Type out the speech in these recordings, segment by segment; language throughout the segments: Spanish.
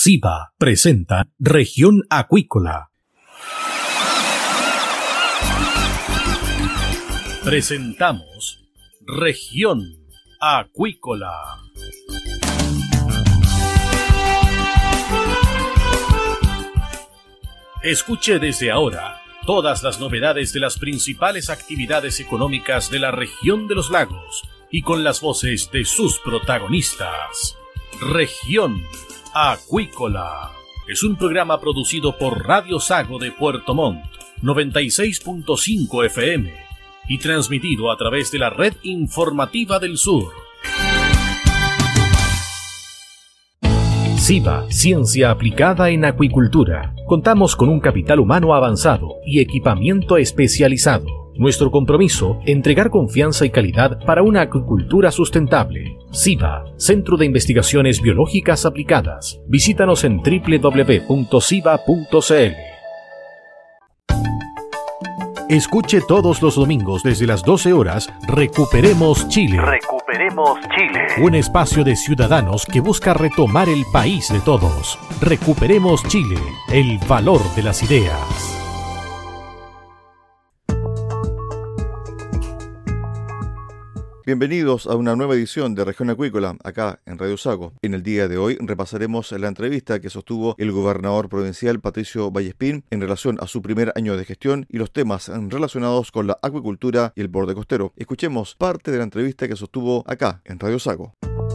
SIVA presenta Región Acuícola. Presentamos Región Acuícola. Escuche desde ahora todas las novedades de las principales actividades económicas de la región de los lagos y con las voces de sus protagonistas. Región Acuícola es un programa producido por Radio Sago de Puerto Montt, 96.5 FM, y transmitido a través de la Red Informativa del Sur. SIVA, Ciencia Aplicada en Acuicultura. Contamos con un capital humano avanzado y equipamiento especializado. Nuestro compromiso, entregar confianza y calidad para una acuicultura sustentable. SIVA, Centro de Investigaciones Biológicas Aplicadas. Visítanos en www.siva.cl. Escuche todos los domingos desde las 12 horas Recuperemos Chile. Recuperemos Chile. Un espacio de ciudadanos que busca retomar el país de todos. Recuperemos Chile, el valor de las ideas. Bienvenidos a una nueva edición de Región Acuícola, acá en Radio Sago. En el día de hoy repasaremos la entrevista que sostuvo el gobernador provincial Patricio Vallespín en relación a su primer año de gestión y los temas relacionados con la acuicultura y el borde costero. Escuchemos parte de la entrevista que sostuvo acá en Radio Sago.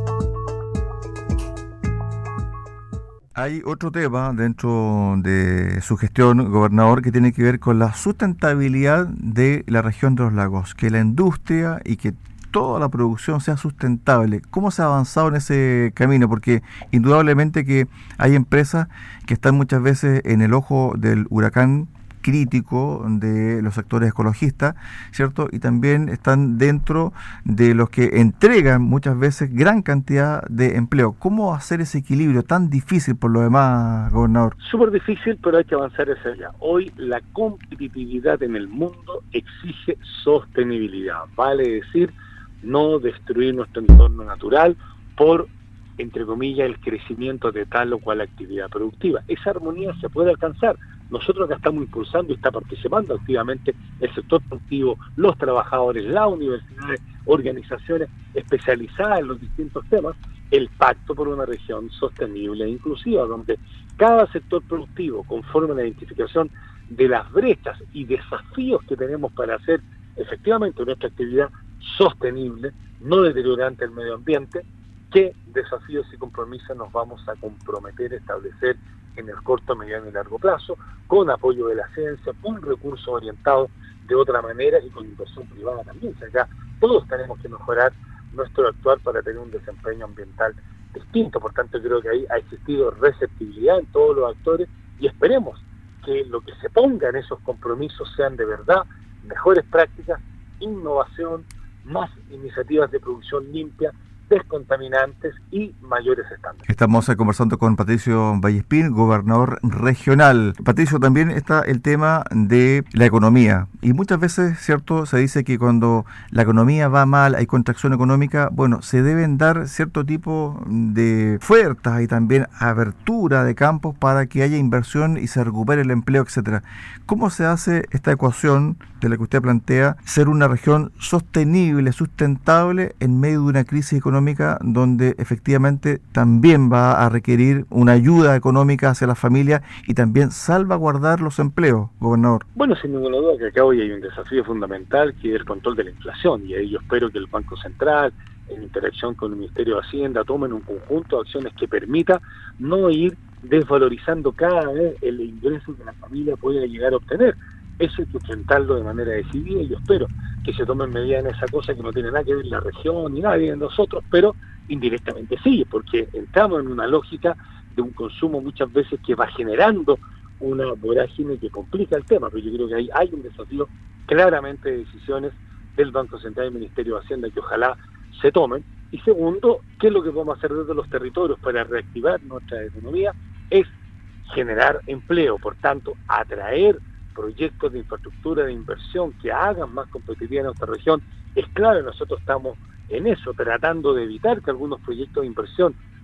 Hay otro tema dentro de su gestión, gobernador, que tiene que ver con la sustentabilidad de la región de los lagos, que la industria y que toda la producción sea sustentable. ¿Cómo se ha avanzado en ese camino? Porque indudablemente que hay empresas que están muchas veces en el ojo del huracán crítico de los sectores ecologistas, ¿cierto? Y también están dentro de los que entregan muchas veces gran cantidad de empleo. ¿Cómo hacer ese equilibrio tan difícil por lo demás, gobernador? Súper difícil, pero hay que avanzar hacia allá. Hoy la competitividad en el mundo exige sostenibilidad, vale decir, no destruir nuestro entorno natural por, entre comillas, el crecimiento de tal o cual actividad productiva. Esa armonía se puede alcanzar. Nosotros acá estamos impulsando y está participando activamente el sector productivo, los trabajadores, las universidades, organizaciones especializadas en los distintos temas, el Pacto por una Región Sostenible e Inclusiva, donde cada sector productivo, conforme a la identificación de las brechas y desafíos que tenemos para hacer efectivamente nuestra actividad sostenible, no deteriorante del medio ambiente, qué desafíos y compromisos nos vamos a comprometer a establecer en el corto, mediano y largo plazo, con apoyo de la ciencia, con recursos orientados de otra manera y con inversión privada también. O sea, acá todos tenemos que mejorar nuestro actuar para tener un desempeño ambiental distinto. Por tanto, creo que ahí ha existido receptibilidad en todos los actores y esperemos que lo que se ponga en esos compromisos sean de verdad mejores prácticas, innovación, más iniciativas de producción limpia, descontaminantes y mayores estándares. Estamos conversando con Patricio Vallespín, gobernador regional. Patricio, también está el tema de la economía. Y muchas veces, ¿cierto?, se dice que cuando la economía va mal, hay contracción económica, bueno, se deben dar cierto tipo de ofertas y también abertura de campos para que haya inversión y se recupere el empleo, etcétera. ¿Cómo se hace esta ecuación de la que usted plantea, ser una región sostenible, sustentable en medio de una crisis económica donde efectivamente también va a requerir una ayuda económica hacia las familias y también salvaguardar los empleos, gobernador? Bueno, sin ninguna duda que acá hoy hay un desafío fundamental que es el control de la inflación, y ahí yo espero que el Banco Central, en interacción con el Ministerio de Hacienda, tomen un conjunto de acciones que permita no ir desvalorizando cada vez el ingreso que la familia pueda llegar a obtener. Eso hay que enfrentarlo de manera decidida y yo espero que se tomen medidas en esa cosa que no tiene nada que ver en la región ni nadie en nosotros, pero indirectamente sí, porque entramos en una lógica de un consumo muchas veces que va generando una vorágine que complica el tema, pero yo creo que ahí hay un desafío claramente de decisiones del Banco Central y del Ministerio de Hacienda que ojalá se tomen. Y segundo, ¿qué es lo que podemos hacer desde los territorios para reactivar nuestra economía? Es generar empleo, por tanto, atraer proyectos de infraestructura, de inversión que hagan más competitiva nuestra región. Es claro, nosotros estamos en eso, tratando de evitar que algunos proyectos de inversión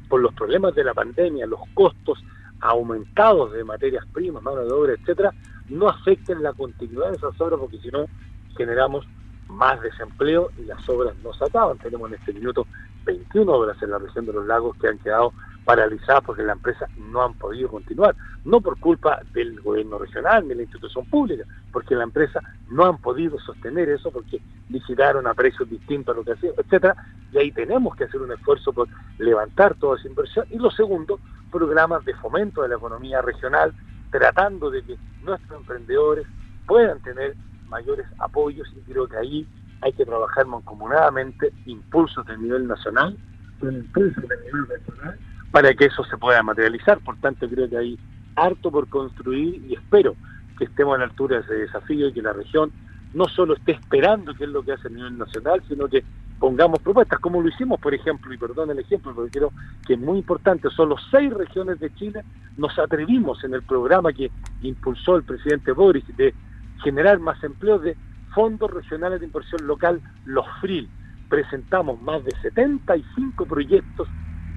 por los problemas de la pandemia, los costos aumentados de materias primas, mano de obra, etcétera, no afecten la continuidad de esas obras, porque si no generamos más desempleo y las obras no se acaban. Tenemos en este minuto 21 obras en la región de los lagos que han quedado paralizadas porque las empresas no han podido continuar, no por culpa del gobierno regional ni la institución pública, porque la empresa no han podido sostener eso porque licitaron a precios distintos a lo que hacían, etcétera, y ahí tenemos que hacer un esfuerzo por levantar toda esa inversión. Y lo segundo, programas de fomento de la economía regional, tratando de que nuestros emprendedores puedan tener mayores apoyos, y creo que ahí hay que trabajar mancomunadamente, impulsos de nivel nacional, con empresas de nivel regional, para que eso se pueda materializar. Por tanto, creo que hay harto por construir y espero que estemos a la altura de ese desafío y que la región no solo esté esperando qué es lo que hace a nivel nacional, sino que pongamos propuestas, como lo hicimos, por ejemplo, y perdón el ejemplo, porque creo que es muy importante, solo 6 regiones de Chile nos atrevimos en el programa que impulsó el presidente Boric de generar más empleos de fondos regionales de inversión local, los FRIL. Presentamos más de 75 proyectos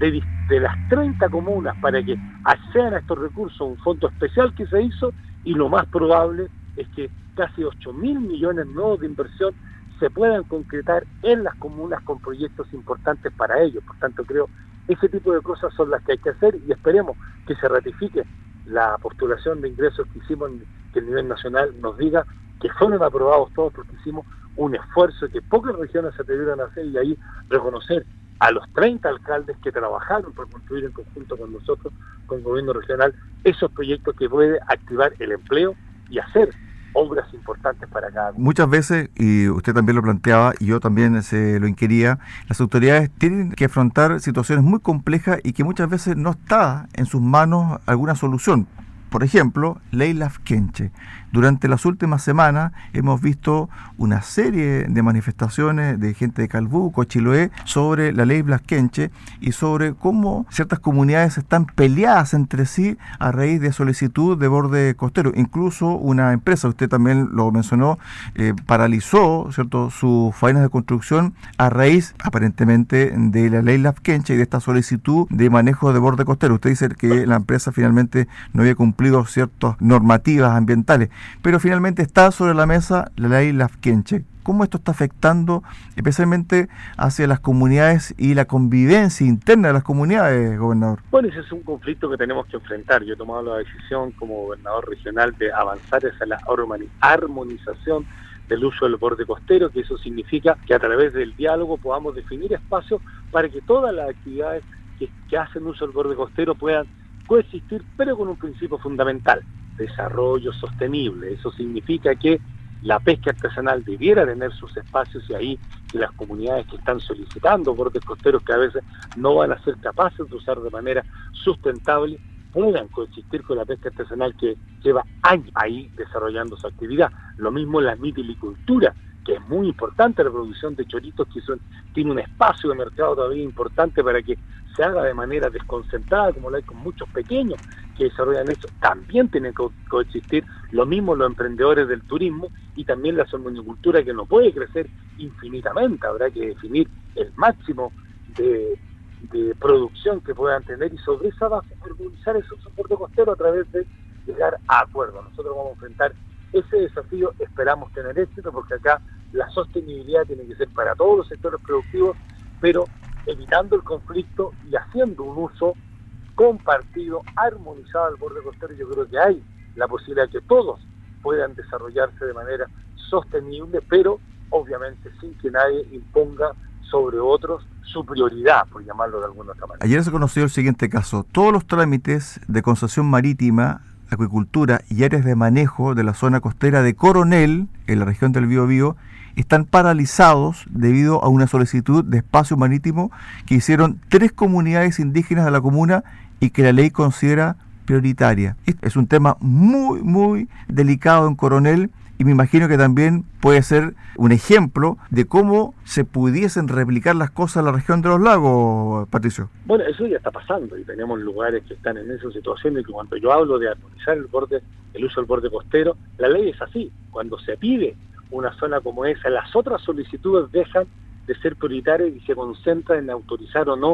de las 30 comunas para que accedan a estos recursos, un fondo especial que se hizo, y lo más probable es que casi 8.000 millones nuevos de inversión se puedan concretar en las comunas con proyectos importantes para ellos. Por tanto, creo ese tipo de cosas son las que hay que hacer, y esperemos que se ratifique la postulación de ingresos que hicimos, que el nivel nacional nos diga que fueron aprobados todos, porque hicimos un esfuerzo que pocas regiones se atrevieron a hacer, y ahí reconocer a los 30 alcaldes que trabajaron por construir en conjunto con nosotros, con el gobierno regional, esos proyectos que puede activar el empleo y hacer obras importantes para cada uno. Muchas veces, y usted también lo planteaba, y yo también se lo inquiría, las autoridades tienen que afrontar situaciones muy complejas y que muchas veces no está en sus manos alguna solución. Por ejemplo, Ley Lafkenche. Durante las últimas semanas hemos visto una serie de manifestaciones de gente de Calbuco, Chiloé, sobre la Ley Lafkenche y sobre cómo ciertas comunidades están peleadas entre sí a raíz de solicitud de borde costero. Incluso una empresa, usted también lo mencionó, paralizó, ¿cierto?, sus faenas de construcción a raíz, aparentemente, de la Ley Lafkenche y de esta solicitud de manejo de borde costero. Usted dice que la empresa finalmente no había cumplido ciertas normativas ambientales, pero finalmente está sobre la mesa la Ley Lafkenche. ¿Cómo esto está afectando especialmente hacia las comunidades y la convivencia interna de las comunidades, gobernador? Bueno, ese es un conflicto que tenemos que enfrentar. Yo he tomado la decisión como gobernador regional de avanzar hacia la armonización del uso del borde costero, que eso significa que a través del diálogo podamos definir espacios para que todas las actividades que hacen uso del borde costero puedan coexistir, pero con un principio fundamental: desarrollo sostenible. Eso significa que la pesca artesanal debiera tener sus espacios, y ahí que las comunidades que están solicitando bordes costeros, que a veces no van a ser capaces de usar de manera sustentable, puedan coexistir con la pesca artesanal que lleva años ahí desarrollando su actividad. Lo mismo la mitilicultura, que es muy importante, la producción de choritos, que tiene un espacio de mercado todavía importante para que se haga de manera desconcentrada, como lo hay con muchos pequeños que desarrollan esto. También tienen que coexistir lo mismo los emprendedores del turismo y también la salmonicultura, que no puede crecer infinitamente. Habrá que definir el máximo de producción que puedan tener, y sobre esa base organizar ese soporte costero a través de llegar a acuerdos. Nosotros vamos a enfrentar ese desafío, esperamos tener éxito, porque acá la sostenibilidad tiene que ser para todos los sectores productivos, pero evitando el conflicto y haciendo un uso compartido, armonizado del borde costero. Yo creo que hay la posibilidad de que todos puedan desarrollarse de manera sostenible, pero obviamente sin que nadie imponga sobre otros su prioridad, por llamarlo de alguna otra manera. Ayer se conoció el siguiente caso: todos los trámites de concesión marítima, acuicultura y áreas de manejo de la zona costera de Coronel, en la región del Biobío, están paralizados debido a una solicitud de espacio marítimo que hicieron 3 comunidades indígenas de la comuna y que la ley considera prioritaria. Es un tema muy, muy delicado en Coronel, y me imagino que también puede ser un ejemplo de cómo se pudiesen replicar las cosas en la región de los lagos, Patricio. Bueno, eso ya está pasando, y tenemos lugares que están en esa situación, y que cuando yo hablo de armonizar el uso del borde costero, la ley es así. Cuando se pide una zona como esa, las otras solicitudes dejan de ser prioritarias y se concentran en autorizar o no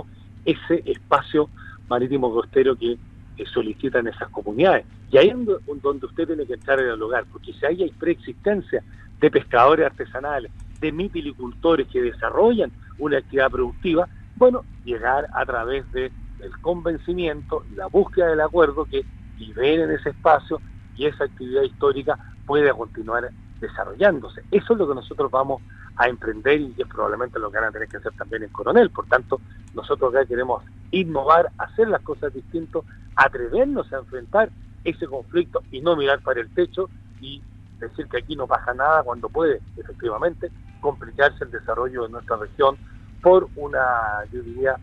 ese espacio marítimo costero que solicitan esas comunidades. Y ahí es donde usted tiene que entrar a dialogar, porque si ahí hay preexistencia de pescadores artesanales, de mitilicultores que desarrollan una actividad productiva, bueno, llegar a través del convencimiento y la búsqueda del acuerdo que liberen ese espacio y esa actividad histórica pueda continuar desarrollándose. Eso es lo que nosotros vamos a emprender y es probablemente lo que van a tener que hacer también en Coronel. Por tanto, nosotros acá queremos innovar, hacer las cosas distintas, atrevernos a enfrentar ese conflicto y no mirar para el techo y decir que aquí no pasa nada cuando puede, efectivamente, complicarse el desarrollo de nuestra región por una, yo diría,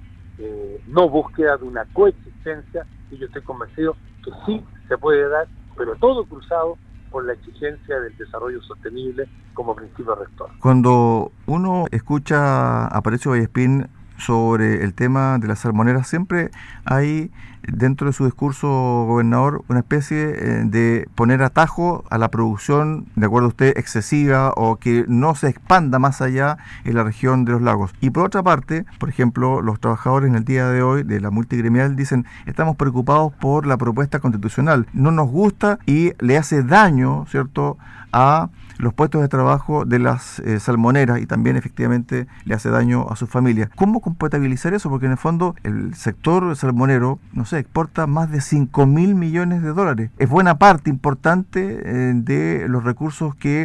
no búsqueda de una coexistencia, y yo estoy convencido que sí se puede dar, pero todo cruzado por la exigencia del desarrollo sostenible como principio rector. Cuando uno escucha a Patricio Vallespín sobre el tema de las salmoneras, siempre hay dentro de su discurso, gobernador, una especie de poner atajo a la producción, de acuerdo a usted, excesiva o que no se expanda más allá en la región de los lagos. Y por otra parte, por ejemplo, los trabajadores en el día de hoy de la multigremial dicen: estamos preocupados por la propuesta constitucional, no nos gusta y le hace daño, ¿cierto?, a los puestos de trabajo de las salmoneras y también efectivamente le hace daño a sus familias. ¿Cómo compatibilizar eso? Porque en el fondo el sector salmonero, no sé, exporta más de 5.000 millones de dólares. Es buena parte importante de los recursos que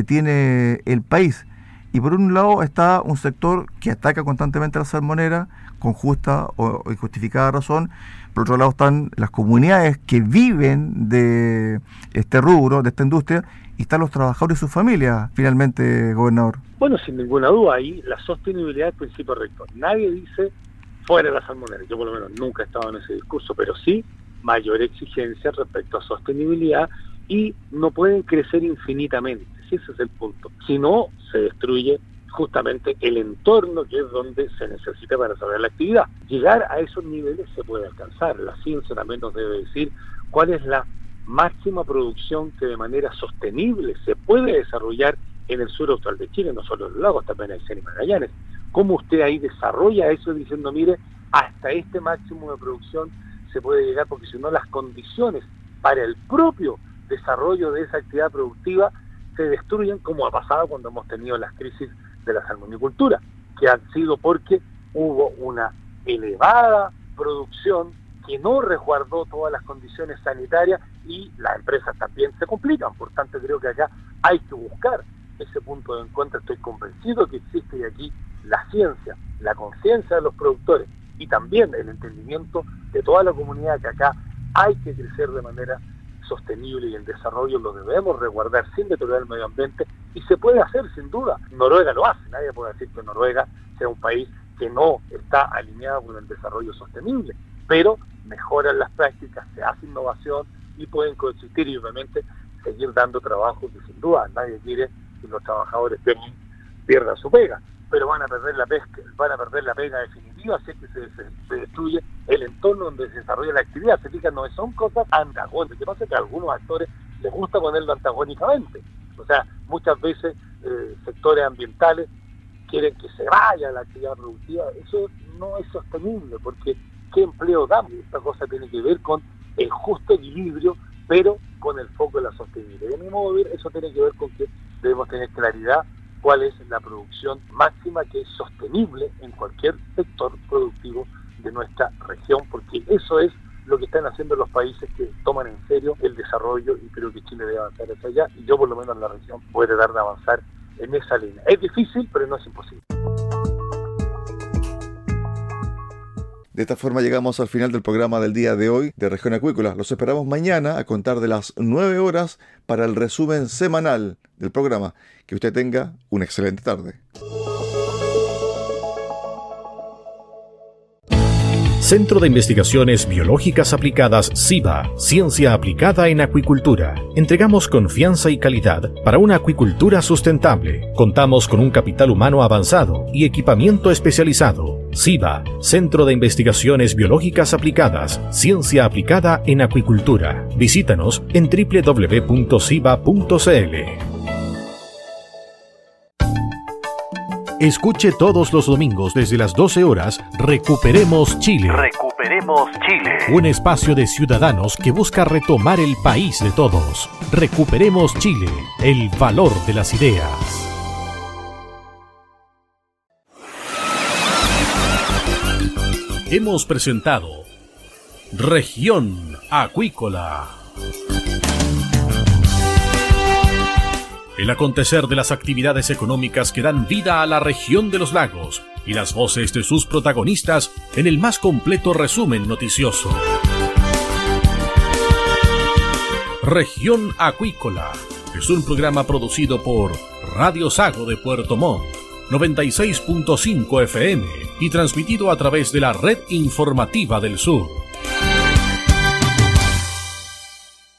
tiene el país. Y por un lado está un sector que ataca constantemente a la salmonera con justa o injustificada razón. Por otro lado están las comunidades que viven de este rubro, de esta industria, y están los trabajadores y sus familias, finalmente, gobernador. Bueno, sin ninguna duda, ahí la sostenibilidad es el principio rector. Nadie dice fuera de la salmonera. Yo por lo menos nunca he estado en ese discurso, pero sí mayor exigencia respecto a sostenibilidad y no pueden crecer infinitamente. Si ese es el punto. Si no, se destruye justamente el entorno que es donde se necesita para desarrollar la actividad. Llegar a esos niveles se puede alcanzar. La ciencia también nos debe decir cuál es la máxima producción que de manera sostenible se puede desarrollar en el sur austral de Chile, no solo en los lagos, también en el y Magallanes. ¿Cómo usted ahí desarrolla eso diciendo, mire, hasta este máximo de producción se puede llegar, porque si no las condiciones para el propio desarrollo de esa actividad productiva se destruyen, como ha pasado cuando hemos tenido las crisis de la salmonicultura, que han sido porque hubo una elevada producción que no resguardó todas las condiciones sanitarias y las empresas también se complican. Por tanto, creo que acá hay que buscar ese punto de encuentro. Estoy convencido que existe y aquí la ciencia, la conciencia de los productores y también el entendimiento de toda la comunidad que acá hay que crecer de manera sostenible y el desarrollo lo debemos resguardar sin deteriorar el medio ambiente, y se puede hacer sin duda. Noruega lo hace, nadie puede decir que Noruega sea un país que no está alineado con el desarrollo sostenible, pero mejoran las prácticas, se hace innovación y pueden coexistir y obviamente seguir dando trabajo, que sin duda nadie quiere que los trabajadores pierdan su pega, pero van a perder la pega definitiva si es que se destruye el entorno donde se desarrolla la actividad. Se fijan, no son cosas antagónicas. ¿Qué pasa? Que a algunos actores les gusta ponerlo antagónicamente. O sea, muchas veces sectores ambientales quieren que se vaya la actividad productiva. Eso no es sostenible, porque ¿qué empleo damos? Esta cosa tiene que ver con el justo equilibrio, pero con el foco de la sostenibilidad. Y a mi modo de ver, eso tiene que ver con que debemos tener claridad cuál es la producción máxima que es sostenible en cualquier sector productivo de nuestra región, porque eso es lo que están haciendo los países que toman en serio el desarrollo, y creo que Chile debe avanzar hacia allá, y yo por lo menos en la región voy a tratar de avanzar en esa línea. Es difícil, pero no es imposible. De esta forma llegamos al final del programa del día de hoy de Región Acuícola. Los esperamos mañana a contar de las 9 horas para el resumen semanal del programa. Que usted tenga una excelente tarde. Centro de Investigaciones Biológicas Aplicadas CIBA, Ciencia Aplicada en Acuicultura. Entregamos confianza y calidad para una acuicultura sustentable. Contamos con un capital humano avanzado y equipamiento especializado. CIBA, Centro de Investigaciones Biológicas Aplicadas, Ciencia Aplicada en Acuicultura. Visítanos en www.ciba.cl. Escuche todos los domingos desde las 12 horas Recuperemos Chile. Recuperemos Chile. Un espacio de ciudadanos que busca retomar el país de todos. Recuperemos Chile, el valor de las ideas. Hemos presentado Región Acuícola. El acontecer de las actividades económicas que dan vida a la región de los lagos y las voces de sus protagonistas en el más completo resumen noticioso. Región Acuícola es un programa producido por Radio Sago de Puerto Montt, 96.5 FM y transmitido a través de la Red Informativa del Sur.